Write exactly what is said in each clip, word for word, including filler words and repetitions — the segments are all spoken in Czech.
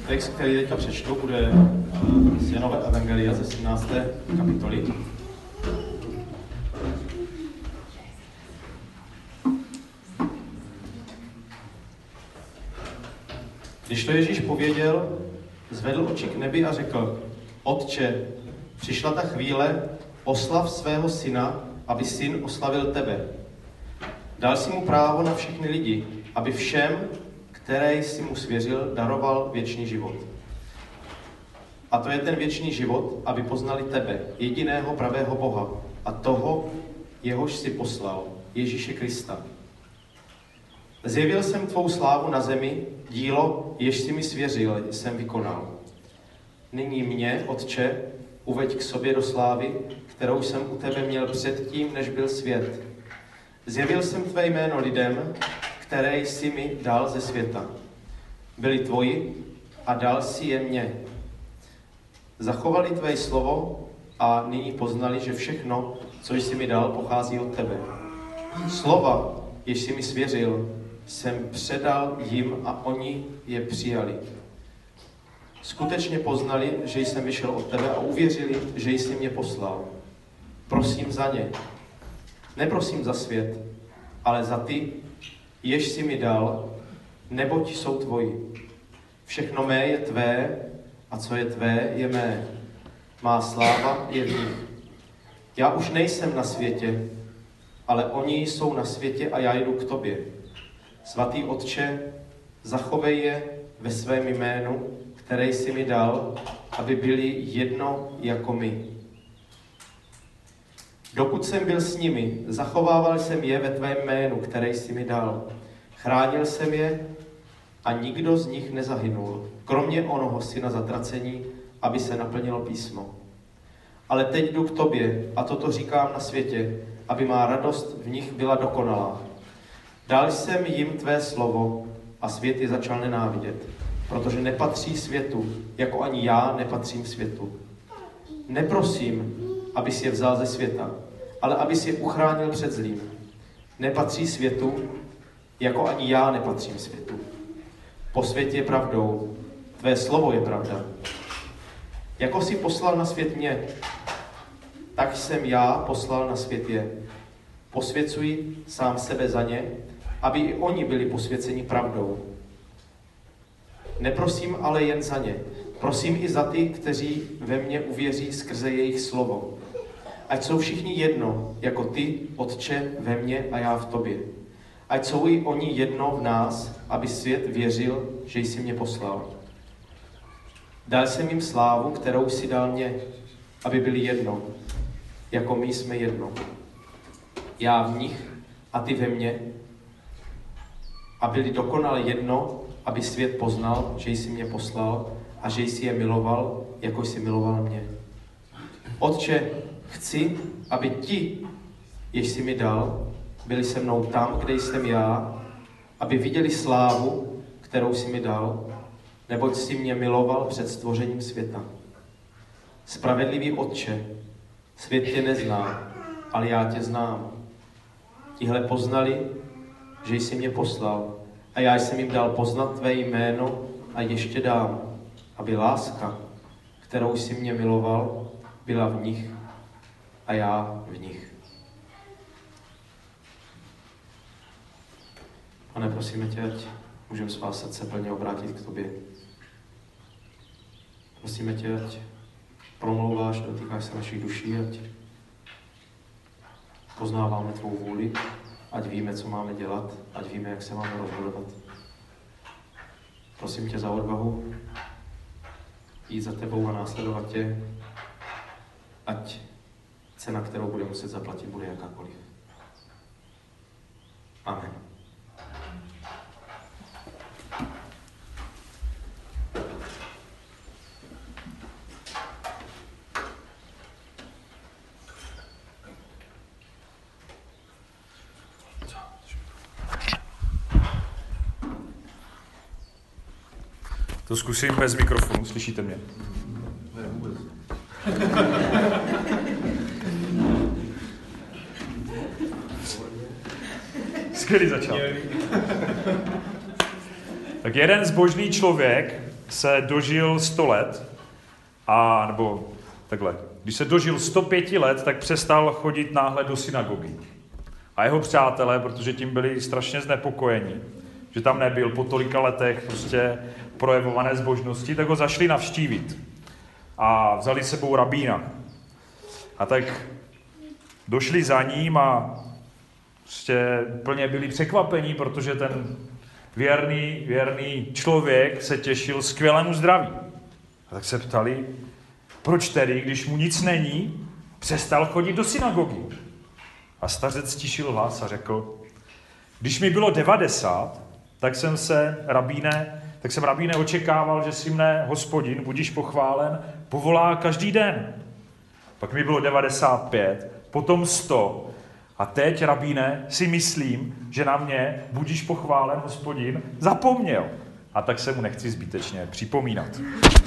Text, který teďka přečtu, bude z Janova evangelia ze sedmnácté kapitoly. Když to Ježíš pověděl, zvedl oči k nebi a řekl: Otče, přišla ta chvíle, oslav svého syna, aby syn oslavil tebe. Dal si mu právo na všechny lidi, aby všem, které jsi mu svěřil, daroval věčný život. A to je ten věčný život, aby poznali tebe, jediného pravého Boha, a toho, jehož si poslal, Ježíše Krista. Zjevil jsem tvou slávu na zemi, dílo, jež si mi svěřil, jsem vykonal. Nyní mě, Otče, uveď k sobě do slávy, kterou jsem u tebe měl předtím, než byl svět. Zjevil jsem tvé jméno lidem, které jsi mi dal ze světa. Byli tvoji a dal si je mně. Zachovali tvé slovo a nyní poznali, že všechno, co jsi mi dal, pochází od tebe. Slova, jež jsi mi svěřil, jsem předal jim a oni je přijali. Skutečně poznali, že jsem vyšel od tebe a uvěřili, že jsi mě poslal. Prosím za ně. Neprosím za svět, ale za ty, jež jsi mi dal, neboť jsou tvoji. Všechno mé je tvé a co je tvé, je mé. Má sláva je v nich. Já už nejsem na světě, ale oni jsou na světě a já jdu k tobě. Svatý Otče, zachovej je ve svém jménu, které jsi mi dal, aby byli jedno jako my. Dokud jsem byl s nimi, zachovával jsem je ve tvém jménu, které jsi mi dal. Chránil jsem je a nikdo z nich nezahynul, kromě onoho syna zatracení, aby se naplnilo písmo. Ale teď jdu k tobě a toto říkám na světě, aby má radost v nich byla dokonalá. Dal jsem jim tvé slovo a svět je začal nenávidět, protože nepatří světu, jako ani já nepatřím světu. Neprosím, abys je vzal ze světa, ale abys je uchránil před zlým. Nepatří světu, jako ani já nepatřím světu. Posvěť je pravdou, tvé slovo je pravda. Jako jsi poslal na svět mě, tak jsem já poslal na svět je. Posvěcuji sám sebe za ně, aby i oni byli posvěceni pravdou. Neprosím ale jen za ně, prosím i za ty, kteří ve mně uvěří skrze jejich slovo. Ať jsou všichni jedno, jako ty, Otče, ve mně a já v tobě. Ať jsou i oni jedno v nás, aby svět věřil, že jsi mě poslal. Dal jsem jim slávu, kterou si dal mě, aby byli jedno, jako my jsme jedno. Já v nich a ty ve mně, a byli dokonale jedno, aby svět poznal, že jsi mě poslal a že jsi je miloval, jako jsi miloval mě. Otče, chci, aby ti, jež jsi mi dal, byli se mnou tam, kde jsem já, aby viděli slávu, kterou jsi mi dal, neboť jsi mě miloval před stvořením světa. Spravedlivý Otče, svět tě nezná, ale já tě znám. Tihle poznali, že jsi mě poslal, a já jsem jim dal poznat tvé jméno a ještě dám, aby láska, kterou jsi mě miloval, byla v nich a já v nich. Pane, prosíme tě, ať můžeme svá srdce plně obrátit k tobě. Prosíme tě, ať promlouváš, dotýkáš se našich duší, ať poznáváme tvou vůli, ať víme, co máme dělat, ať víme, jak se máme rozhodovat. Prosím tě za odvahu jít za tebou a následovat tě, ať cena, kterou bude muset zaplatit, bude jakákoliv. Amen. To zkusím bez mikrofonu, slyšíte mě? Ne, vůbec. Skvělý začal. Tak jeden zbožný člověk se dožil sto let, a, nebo takhle, když se dožil sto pět let, tak přestal chodit náhle do synagogy. A jeho přátelé, protože tím byli strašně znepokojeni, že tam nebyl po tolika letech prostě projevované zbožnosti, tak ho zašli navštívit. A vzali s sebou rabína. A tak došli za ním a prostě plně byli překvapení, protože ten věrný, věrný člověk se těšil skvělému zdraví. A tak se ptali, proč tedy, když mu nic není, přestal chodit do synagogy. A stařec stišil hlas a řekl, když mi bylo devadesát, tak jsem se, rabíne, tak jsem rabíne očekával, že si mne Hospodin, budiš pochválen, povolá každý den. Pak mi bylo devadesát pět, potom sto. A teď, rabíne, si myslím, že na mě, budiš pochválen, Hospodin, zapomněl. A tak se mu nechci zbytečně připomínat.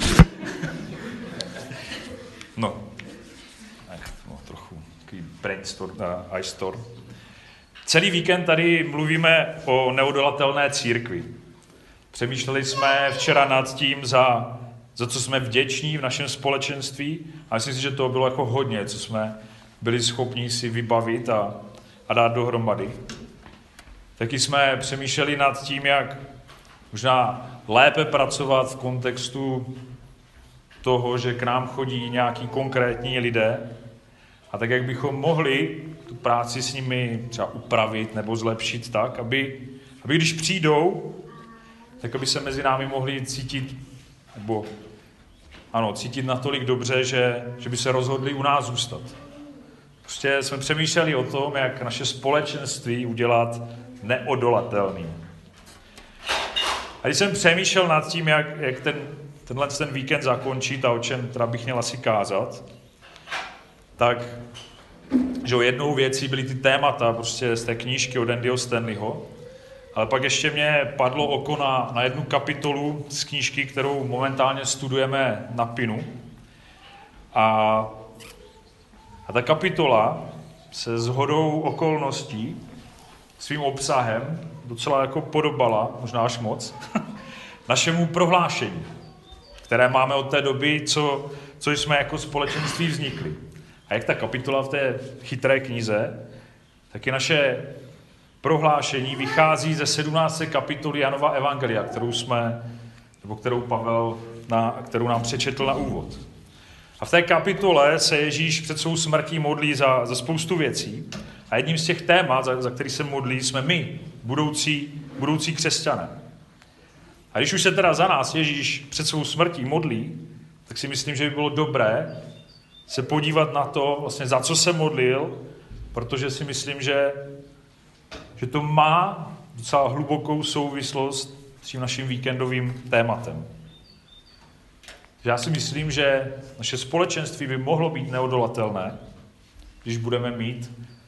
No, no trochu takový brainstorm, uh, ice storm. Celý víkend tady mluvíme o neodolatelné církvi. Přemýšleli jsme včera nad tím, za, za co jsme vděční v našem společenství. A myslím si, že to bylo jako hodně, co jsme byli schopni si vybavit a, a dát dohromady. Taky jsme přemýšleli nad tím, jak možná lépe pracovat v kontextu toho, že k nám chodí nějaký konkrétní lidé a tak, jak bychom mohli tu práci s nimi třeba upravit nebo zlepšit tak, aby, aby když přijdou, tak aby se mezi námi mohli cítit, nebo ano, cítit natolik dobře, že, že by se rozhodli u nás zůstat. Prostě jsme přemýšleli o tom, jak naše společenství udělat neodolatelným. A když jsem přemýšlel nad tím, jak, jak ten, tenhle ten víkend zakončit a o čem teda bych měl asi kázat, tak že jednou věcí byly ty témata prostě z té knížky od Andyho Stanleyho, ale pak ještě mě padlo oko na, na jednu kapitolu z knížky, kterou momentálně studujeme na Pinu. A, a ta kapitola se shodou okolností svým obsahem docela jako podobala, možná až moc, našemu prohlášení, které máme od té doby, co, co jsme jako společenství vznikli. A jak ta kapitola v té chytré knize, tak i naše prohlášení vychází ze sedmnácté kapitoly Janova evangelia, kterou jsme, nebo kterou Pavel, na, kterou nám přečetl na úvod. A v té kapitole se Ježíš před svou smrtí modlí za, za spoustu věcí. A jedním z těch témat, za, za který se modlí, jsme my, budoucí, budoucí křesťané. A když už se teda za nás Ježíš před svou smrtí modlí, tak si myslím, že by bylo dobré se podívat na to, vlastně za co se modlil, protože si myslím, že, že to má docela hlubokou souvislost s tím naším víkendovým tématem. Já si myslím, že naše společenství by mohlo být neodolatelné, když budeme mít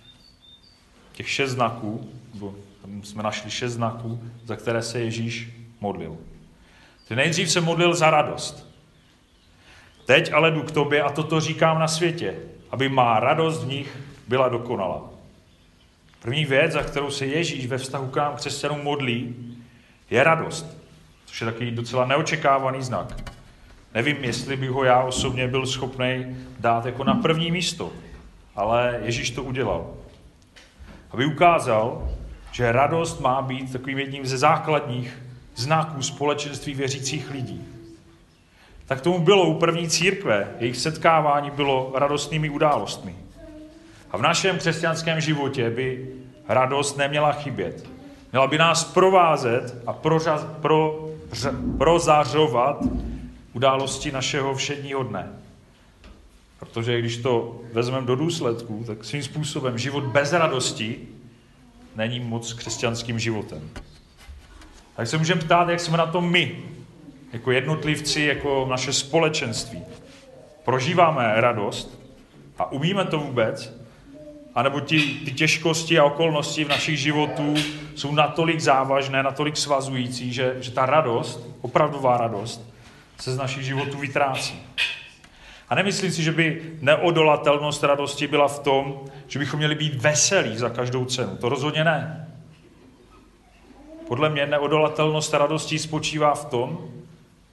těch šest znaků, nebo jsme našli šest znaků, za které se Ježíš modlil. Ty nejdřív se modlil za radost. Teď ale jdu k tobě a toto říkám na světě, aby má radost v nich byla dokonalá. První věc, za kterou se Ježíš ve vztahu k nám křesťanům modlí, je radost, což je takový docela neočekávaný znak. Nevím, jestli bych ho já osobně byl schopný dát jako na první místo, ale Ježíš to udělal. Aby ukázal, že radost má být takovým jedním ze základních znaků společenství věřících lidí. Tak tomu bylo u první církve. Jejich setkávání bylo radostnými událostmi. A v našem křesťanském životě by radost neměla chybět. Měla by nás provázet a prořaz, pro, prozařovat události našeho všedního dne. Protože když to vezmeme do důsledků, tak svým způsobem život bez radosti není moc křesťanským životem. Tak se můžeme ptát, jak jsme na tom my, jako jednotlivci, jako naše společenství. Prožíváme radost a umíme to vůbec? A nebo ty, ty těžkosti a okolnosti v našich životů jsou natolik závažné, natolik svazující, že, že ta radost, opravdová radost, se z našich životů vytrácí. A nemyslím si, že by neodolatelnost radosti byla v tom, že bychom měli být veselí za každou cenu. To rozhodně ne. Podle mě neodolatelnost radosti spočívá v tom,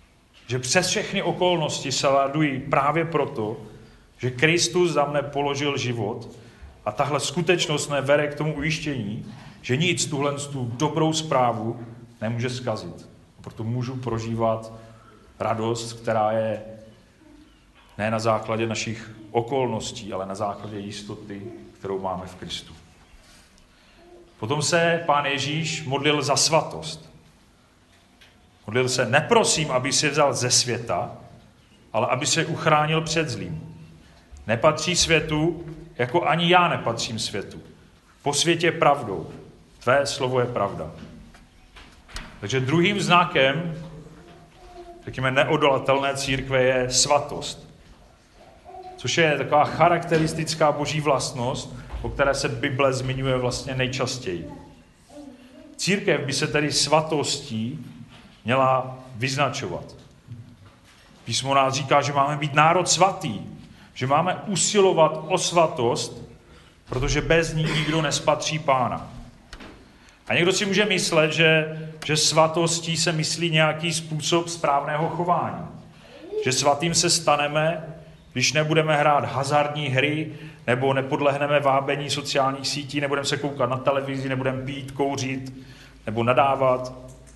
že přes všechny okolnosti se raduji právě proto, že Kristus za mne položil život a tahle skutečnost mě vede k tomu ujištění, že nic tuhle tu dobrou zprávu nemůže zkazit. Proto můžu prožívat radost, která je ne na základě našich okolností, ale na základě jistoty, kterou máme v Kristu. Potom se Pán Ježíš modlil za svatost. Modlil se, neprosím, aby si vzal ze světa, ale aby se uchránil před zlým. Nepatří světu, jako ani já nepatřím světu. Po světě pravdou. Tvé slovo je pravda. Takže druhým znakem, řekněme, neodolatelné církve je svatost. Což je taková charakteristická boží vlastnost, o které se Bible zmiňuje vlastně nejčastěji. Církev by se tedy svatostí měla vyznačovat. Písmo nás říká, že máme být národ svatý, že máme usilovat o svatost, protože bez ní nikdo nespatří Pána. A někdo si může myslet, že, že svatostí se myslí nějaký způsob správného chování. Že svatým se staneme, když nebudeme hrát hazardní hry, nebo nepodlehneme vábení sociálních sítí, nebudeme se koukat na televizi, nebudeme pít, kouřit, nebo nadávat.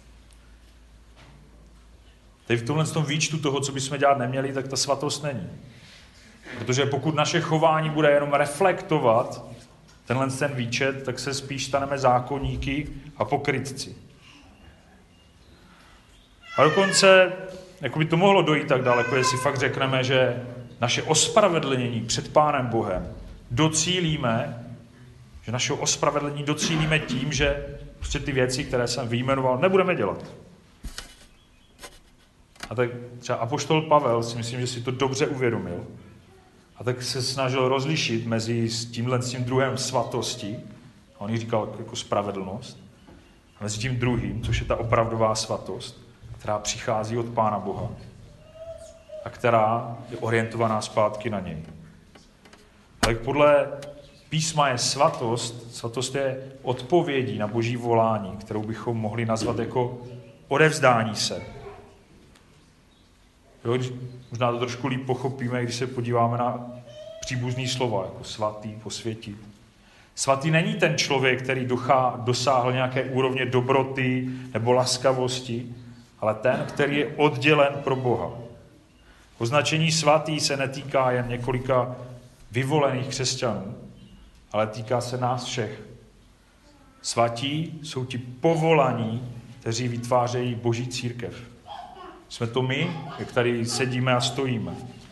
Teď v tomhle tom výčtu toho, co bychom dělat neměli, tak ta svatost není. Protože pokud naše chování bude jenom reflektovat tenhle ten výčet, tak se spíš staneme zákonníky a pokrytci. A dokonce, jako by to mohlo dojít tak daleko, jestli fakt řekneme, že naše ospravedlnění před Pánem Bohem docílíme, že našeho ospravedlnění docílíme tím, že prostě ty věci, které jsem vyjmenoval, nebudeme dělat. A tak třeba apoštol Pavel si myslím, že si to dobře uvědomil. A tak se snažil rozlišit mezi tímhle s tím druhem svatosti, a on ji říkal jako spravedlnost, a mezi tím druhým, což je ta opravdová svatost, která přichází od Pána Boha a která je orientovaná zpátky na něj. Tak podle písma je svatost, svatost je odpovědí na boží volání, kterou bychom mohli nazvat jako odevzdání se. Jo, možná to trošku líp pochopíme, když se podíváme na příbuzný slova, jako svatý, posvětit. Svatý není ten člověk, který dochá, dosáhl nějaké úrovně dobroty nebo laskavosti, ale ten, který je oddělen pro Boha. Označení svatý se netýká jen několika vyvolených křesťanů, ale týká se nás všech. Svatí jsou ti povolaní, kteří vytvářejí boží církev. Jsme to my, jak tady sedíme a stojíme.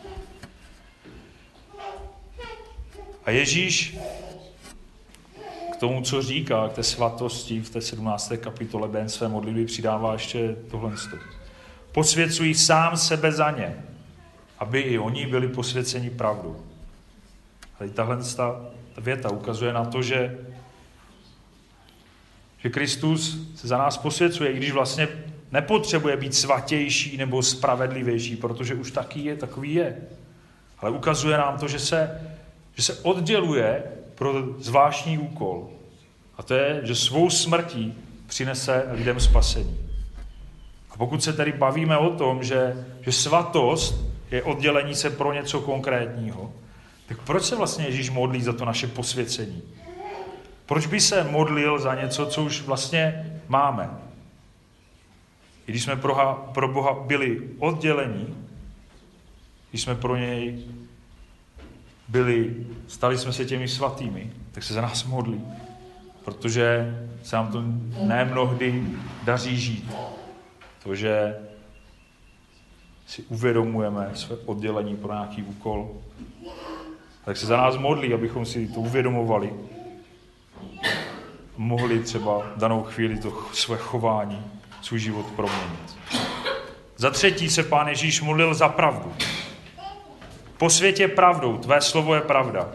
A Ježíš k tomu, co říká, k té svatosti v té sedmnácté kapitole během své modlitby přidává ještě tohle. Posvěcují sám sebe za ně, aby i oni byli posvěceni pravdou. A tahle ta věta ukazuje na to, že, že Kristus se za nás posvěcuje, i když vlastně nepotřebuje být svatější nebo spravedlivější, protože už taky je, takový je. Ale ukazuje nám to, že se, že se odděluje pro zvláštní úkol. A to je, že svou smrtí přinese lidem spasení. A pokud se tedy bavíme o tom, že, že svatost je oddělení se pro něco konkrétního, tak proč se vlastně Ježíš modlí za to naše posvěcení? Proč by se modlil za něco, co už vlastně máme? I když jsme pro, pro Boha byli oddělení, když jsme pro něj byli, stali jsme se těmi svatými, tak se za nás modlí. Protože se nám to ne mnohdy daří žít. To, že si uvědomujeme své oddělení pro nějaký úkol, tak se za nás modlí, abychom si to uvědomovali. Mohli třeba v danou chvíli to své chování, svůj život proměnit. Za třetí se Pán Ježíš modlil za pravdu. Posvětě pravdou, tvé slovo je pravda.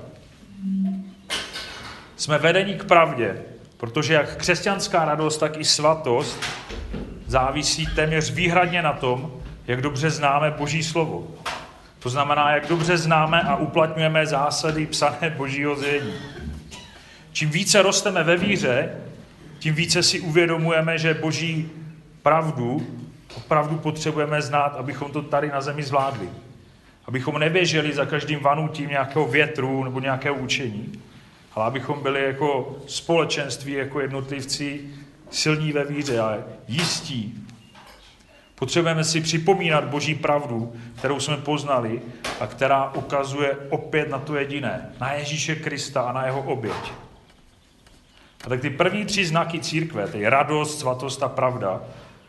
Jsme vedeni k pravdě, protože jak křesťanská radost, tak i svatost závisí téměř výhradně na tom, jak dobře známe Boží slovo. To znamená, jak dobře známe a uplatňujeme zásady psané Božího zjevení. Čím více rosteme ve víře, tím více si uvědomujeme, že Boží pravdu opravdu potřebujeme znát, abychom to tady na zemi zvládli. Abychom neběželi za každým vanutím nějakého větru nebo nějakého učení, ale abychom byli jako společenství, jako jednotlivci silní ve víře a jistí. Potřebujeme si připomínat Boží pravdu, kterou jsme poznali a která ukazuje opět na to jediné, na Ježíše Krista a na jeho oběť. A tak ty první tři znaky církve, to je radost, svatost a pravda,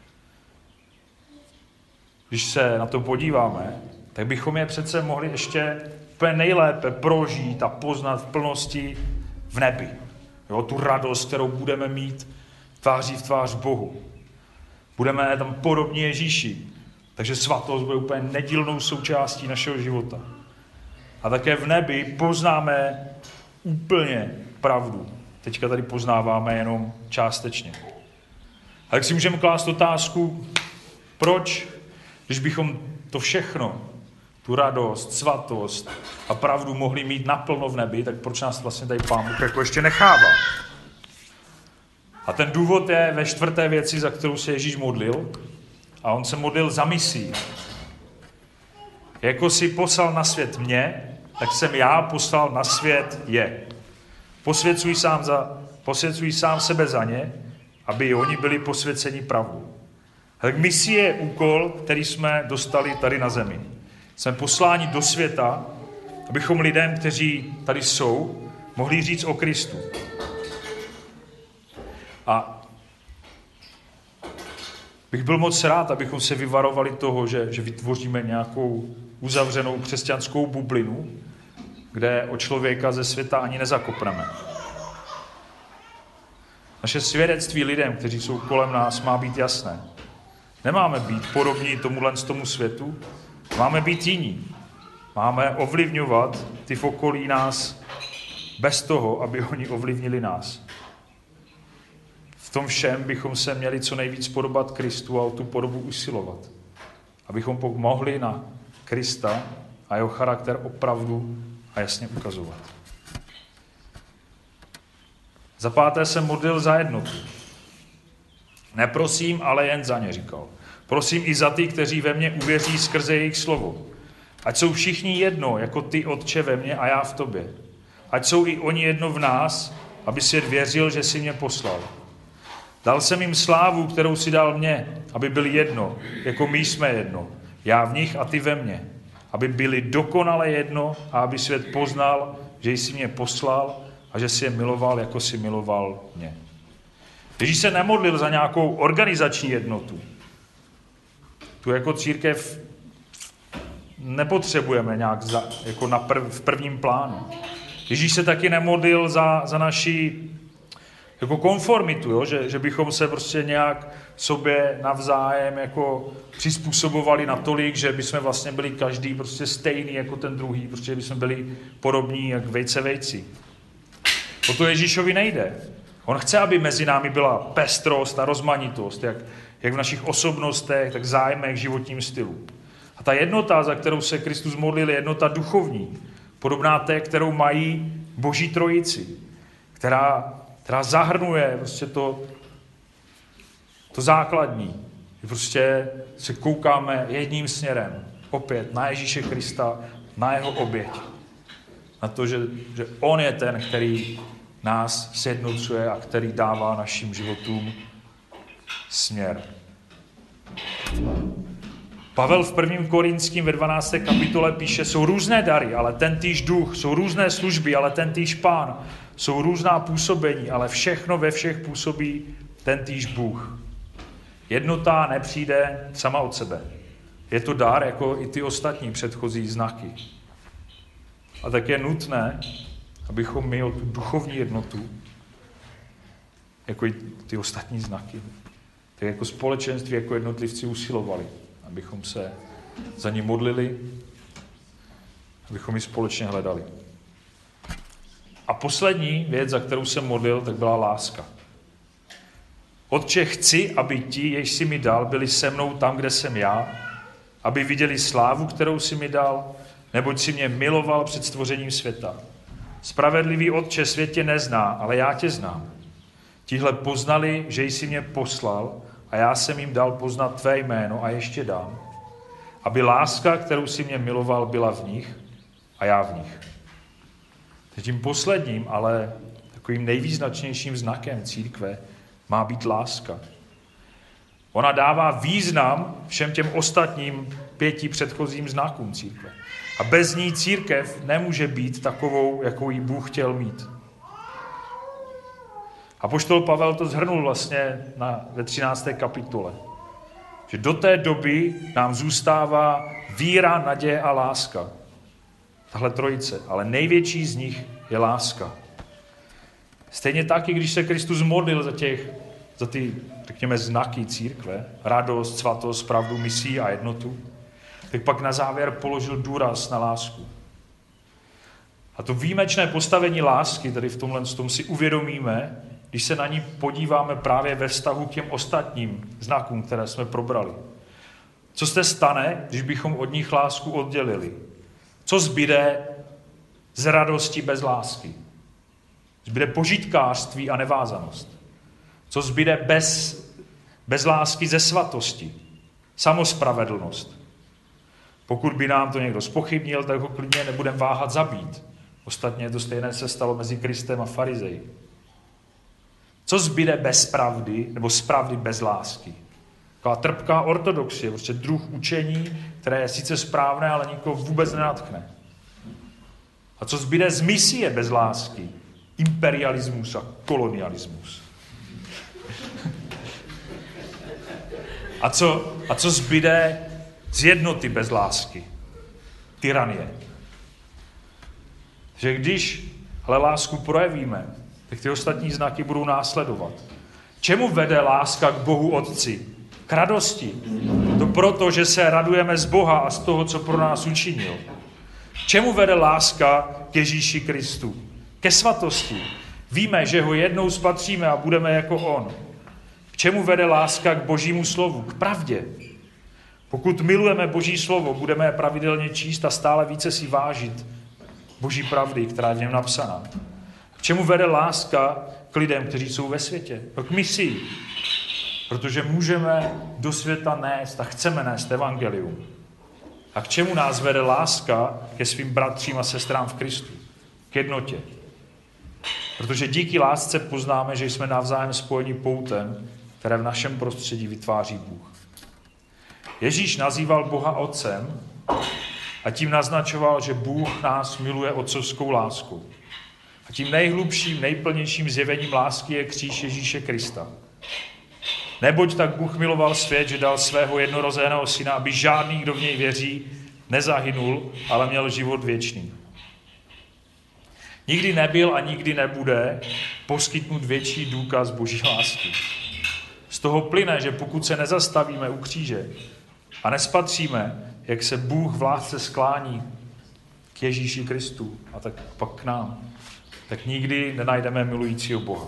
když se na to podíváme, tak bychom je přece mohli ještě úplně nejlépe prožít a poznat v plnosti v nebi. Jo, tu radost, kterou budeme mít tváří v tvář Bohu. Budeme tam podobní Ježíši. Takže svatost bude úplně nedílnou součástí našeho života. A také v nebi poznáme úplně pravdu. Teďka tady poznáváme jenom částečně. A tak si můžeme klást otázku, proč, když bychom to všechno, tu radost, svatost a pravdu mohli mít naplno v nebi, tak proč nás vlastně tady Pán Bůh jako ještě nechává? A ten důvod je ve čtvrté věci, za kterou se Ježíš modlil. A on se modlil za misí. Jako si poslal na svět mě, tak jsem já poslal na svět je. Posvěcuj sám, za, posvěcuj sám sebe za ně, aby i oni byli posvěceni pravdou. Tak misí je úkol, který jsme dostali tady na zemi. Jsme posláni do světa, abychom lidem, kteří tady jsou, mohli říct o Kristu. A bych byl moc rád, abychom se vyvarovali toho, že, že vytvoříme nějakou uzavřenou křesťanskou bublinu, kde o člověka ze světa ani nezakopneme. Naše svědectví lidem, kteří jsou kolem nás, má být jasné. Nemáme být podobní tomuhle z tomu světu, máme být jiní. Máme ovlivňovat ty v okolí nás bez toho, aby oni ovlivnili nás. V tom všem bychom se měli co nejvíc podobat Kristu a o tu podobu usilovat. Abychom mohli na Krista a jeho charakter opravdu a jasně ukazovat. Za páté jsem modlil za jednotu. Neprosím, ale jen za ně, říkal. Prosím i za ty, kteří ve mně uvěří skrze jejich slovo. Ať jsou všichni jedno, jako ty, Otče, ve mně a já v tobě. Ať jsou i oni jedno v nás, aby svět věřil, že jsi mě poslal. Dal jsem jim slávu, kterou si dal mně, aby byli jedno, jako my jsme jedno. Já v nich a ty ve mně. Aby byli dokonale jedno a aby svět poznal, že jsi mě poslal a že jsi je miloval, jako jsi miloval mě. Ježíš se nemodlil za nějakou organizační jednotu. Tu jako církev nepotřebujeme nějak za, jako na prv, v prvním plánu. Ježíš se taky nemodlil za, za naši jako konformitu, jo? Že, že bychom se prostě nějak sobě navzájem jako přizpůsobovali natolik, že bychom vlastně byli každý prostě stejný jako ten druhý, protože bychom byli podobní jak vejce vejci. O to Ježíšovi nejde. On chce, aby mezi námi byla pestrost a rozmanitost, jak, jak v našich osobnostech, tak zájmech, životním stylu. A ta jednota, za kterou se Kristus modlil, je jednota duchovní, podobná té, kterou mají Boží trojici, která, která zahrnuje prostě to, to základní. Prostě se koukáme jedním směrem, opět na Ježíše Krista, na jeho oběť. Na to, že, že on je ten, který nás sjednocuje a který dává našim životům směr. Pavel v prvním Korinským ve dvanácté kapitole píše, jsou různé dary, ale ten týž duch, jsou různé služby, ale ten týž Pán, jsou různá působení, ale všechno ve všech působí ten týž Bůh. Jednota nepřijde sama od sebe. Je to dar, jako i ty ostatní předchozí znaky. A tak je nutné, abychom my o tu duchovní jednotu, jako i ty ostatní znaky, tak jako společenství, jako jednotlivci usilovali. Abychom se za ní modlili, abychom ji společně hledali. A poslední věc, za kterou jsem modlil, tak byla láska. Otče, chci, aby ti, jež jsi mi dal, byli se mnou tam, kde jsem já, aby viděli slávu, kterou jsi mi dal, neboť jsi mě miloval před stvořením světa. Spravedlivý Otče, svět tě nezná, ale já tě znám. Tihle poznali, že jsi mě poslal a já jsem jim dal poznat tvé jméno a ještě dám, aby láska, kterou si mě miloval, byla v nich a já v nich. Tím posledním, ale takovým nejvýznačnějším znakem církve má být láska. Ona dává význam všem těm ostatním pěti předchozím znakům církve. A bez ní církev nemůže být takovou, jakou ji Bůh chtěl mít. Apoštol Pavel to shrnul vlastně na, ve třinácté kapitole. Že do té doby nám zůstává víra, naděje a láska. Tahle trojice. Ale největší z nich je láska. Stejně tak, i když se Kristus modlil za, těch, za ty, řekněme, znaky církve, radost, svatost, pravdu, misii a jednotu, tak pak na závěr položil důraz na lásku. A to výjimečné postavení lásky, tady v tomhle tom si uvědomíme, když se na ní podíváme právě ve vztahu k těm ostatním znakům, které jsme probrali. Co se stane, když bychom od nich lásku oddělili? Co zbyde z radosti bez lásky? Zbyde požitkářství a nevázanost. Co zbyde bez, bez lásky ze svatosti? Samospravedlnost. Pokud by nám to někdo zpochybnil, tak ho klidně nebudeme váhat zabít. Ostatně to stejné se stalo mezi Kristem a farizeji. Co zbyde bez pravdy, nebo z pravdy bez lásky? Taková trpká ortodoxie, prostě druh učení, které je sice správné, ale nikoho vůbec nenadchne. A co zbyde z misie bez lásky? Imperialismus a kolonialismus. A co, a co zbyde z jednoty bez lásky? Tyranie. Že když ale lásku projevíme, tak ty ostatní znaky budou následovat. Čemu vede láska k Bohu Otci? K radosti. To proto, že se radujeme z Boha a z toho, co pro nás učinil. Čemu vede láska k Ježíši Kristu? Ke svatosti. Víme, že ho jednou spatříme a budeme jako on. K čemu vede láska k Božímu slovu? K pravdě. Pokud milujeme Boží slovo, budeme je pravidelně číst a stále více si vážit Boží pravdy, která je v něm napsaná. K čemu vede láska k lidem, kteří jsou ve světě? K misii. Protože můžeme do světa nést a chceme nést evangelium. A k čemu nás vede láska ke svým bratřím a sestrám v Kristu? K jednotě. Protože díky lásce poznáme, že jsme navzájem spojeni poutem, které v našem prostředí vytváří Bůh. Ježíš nazýval Boha Otcem a tím naznačoval, že Bůh nás miluje otcovskou láskou. A tím nejhlubším, nejplnějším zjevením lásky je kříž Ježíše Krista. Neboť tak Bůh miloval svět, že dal svého jednorozeného syna, aby žádný, kdo v něj věří, nezahynul, ale měl život věčný. Nikdy nebyl a nikdy nebude poskytnut větší důkaz Boží lásky. Z toho plyne, že pokud se nezastavíme u kříže a nespatříme, jak se Bůh v lásce sklání k Ježíši Kristu a tak pak k nám, tak nikdy nenajdeme milujícího Boha.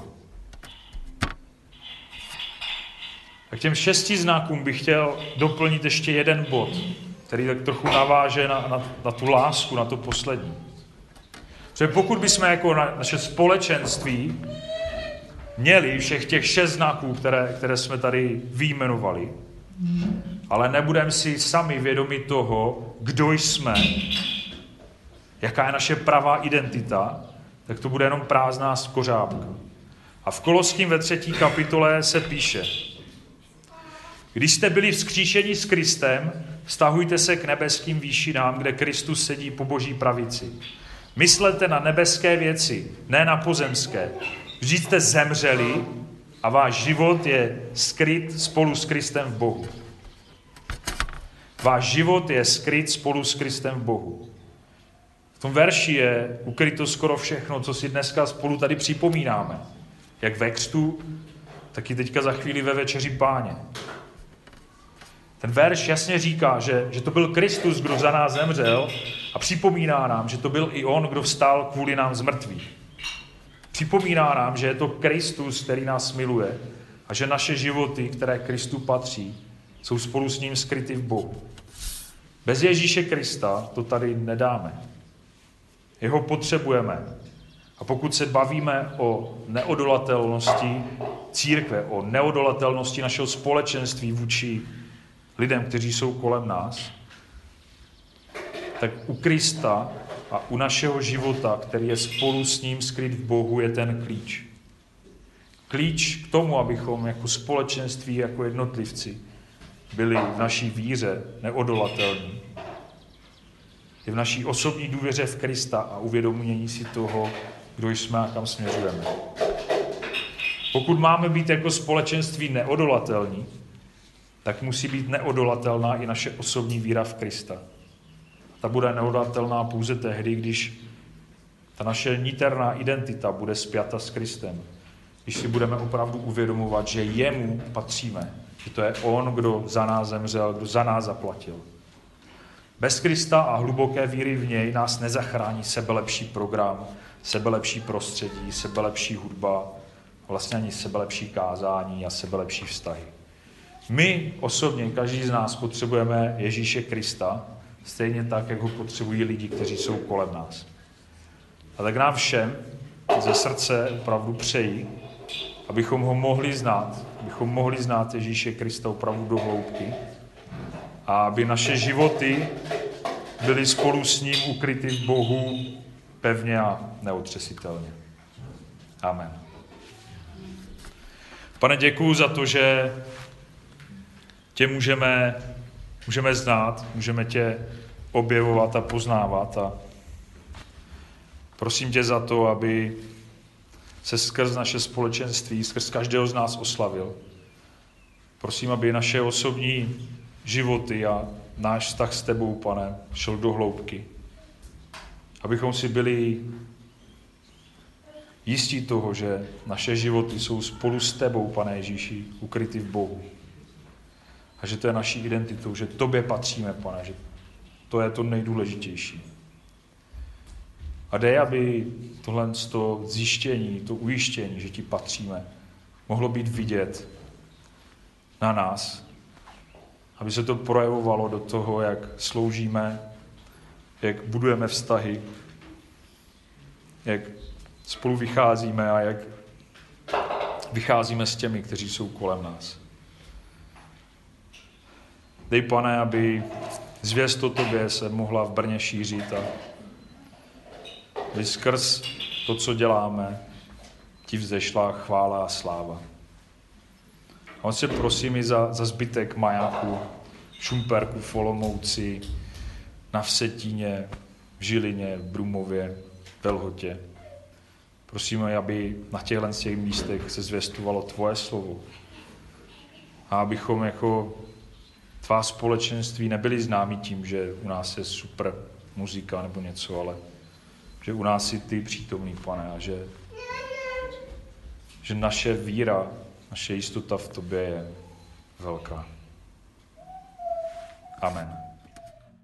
A k těm šesti znakům bych chtěl doplnit ještě jeden bod, který tak trochu naváže na, na, na tu lásku, na to poslední. Protože pokud bychom jako na, naše společenství měli všech těch šest znaků, které, které jsme tady vyjmenovali, ale nebudeme si sami vědomi toho, kdo jsme, jaká je naše pravá identita, tak to bude jenom prázdná skořápka. A v Koloským ve třetí kapitole se píše: Když jste byli vzkříšeni s Kristem, vztahujte se k nebeským výšinám, kde Kristus sedí po Boží pravici. Myslete na nebeské věci, ne na pozemské. Vždyť jste zemřeli a váš život je skryt spolu s Kristem v Bohu. Váš život je skryt spolu s Kristem v Bohu. V tom verši je ukryto skoro všechno, co si dneska spolu tady připomínáme. Jak ve křtu, tak i teďka za chvíli ve večeři Páně. Ten verš jasně říká, že, že to byl Kristus, kdo za nás zemřel, a připomíná nám, že to byl i on, kdo vstal kvůli nám z mrtvých. Připomíná nám, že je to Kristus, který nás miluje a že naše životy, které Kristu patří, jsou spolu s ním skryty v Bohu. Bez Ježíše Krista to tady nedáme. Jeho potřebujeme. A pokud se bavíme o neodolatelnosti církve, o neodolatelnosti našeho společenství vůči lidem, kteří jsou kolem nás, tak u Krista a u našeho života, který je spolu s ním skryt v Bohu, je ten klíč. Klíč k tomu, abychom jako společenství, jako jednotlivci byli v naší víře neodolatelní. Je v naší osobní důvěře v Krista a uvědomění si toho, kdo jsme a kam směřujeme. Pokud máme být jako společenství neodolatelní, tak musí být neodolatelná i naše osobní víra v Krista. Ta bude neodolatelná pouze tehdy, když ta naše niterná identita bude spjata s Kristem. Když si budeme opravdu uvědomovat, že jemu patříme. Že to je on, kdo za nás zemřel, kdo za nás zaplatil. Bez Krista a hluboké víry v něj nás nezachrání sebelepší program, sebelepší prostředí, sebelepší hudba, vlastně ani sebelepší kázání a sebelepší vztahy. My osobně, každý z nás potřebujeme Ježíše Krista, stejně tak, jak ho potřebují lidi, kteří jsou kolem nás. A tak nám všem ze srdce opravdu přeji, abychom ho mohli znát, abychom mohli znát Ježíše Krista opravdu do hloubky a aby naše životy byly spolu s ním ukryty v Bohu pevně a neotřesitelně. Amen. Pane, děkuju za to, že tě můžeme, můžeme znát, můžeme tě objevovat a poznávat a prosím tě za to, aby se skrz naše společenství, skrz každého z nás oslavil. Prosím, aby naše osobní životy a náš vztah s tebou, Pane, šel do hloubky. Abychom si byli jistí toho, že naše životy jsou spolu s tebou, Pane Ježíši, ukryty v Bohu. A že to je naší identitou, že tobě patříme, Pane, že to je to nejdůležitější. A dej, aby tohle to zjištění, to ujištění, že ti patříme, mohlo být vidět na nás. Aby se to projevovalo do toho, jak sloužíme, jak budujeme vztahy, jak spolu vycházíme a jak vycházíme s těmi, kteří jsou kolem nás. Dej, Pane, aby zvěst o tobě se mohla v Brně šířit a aby skrz to, co děláme, ti vzešla chvála a sláva. A on se prosím i za, za zbytek majáku, Šumperku, v Olomouci, na Vsetíně, v Žilině, v Brumově, v Velhotě. Prosíme, aby na těchto těch místech se zvěstovalo tvoje slovo. A abychom jako tvá společenství nebyli známí tím, že u nás je super muzika nebo něco, ale že u nás jsi ty přítomný, Pane, a že, že naše víra, naše jistota v tobě je velká. Amen.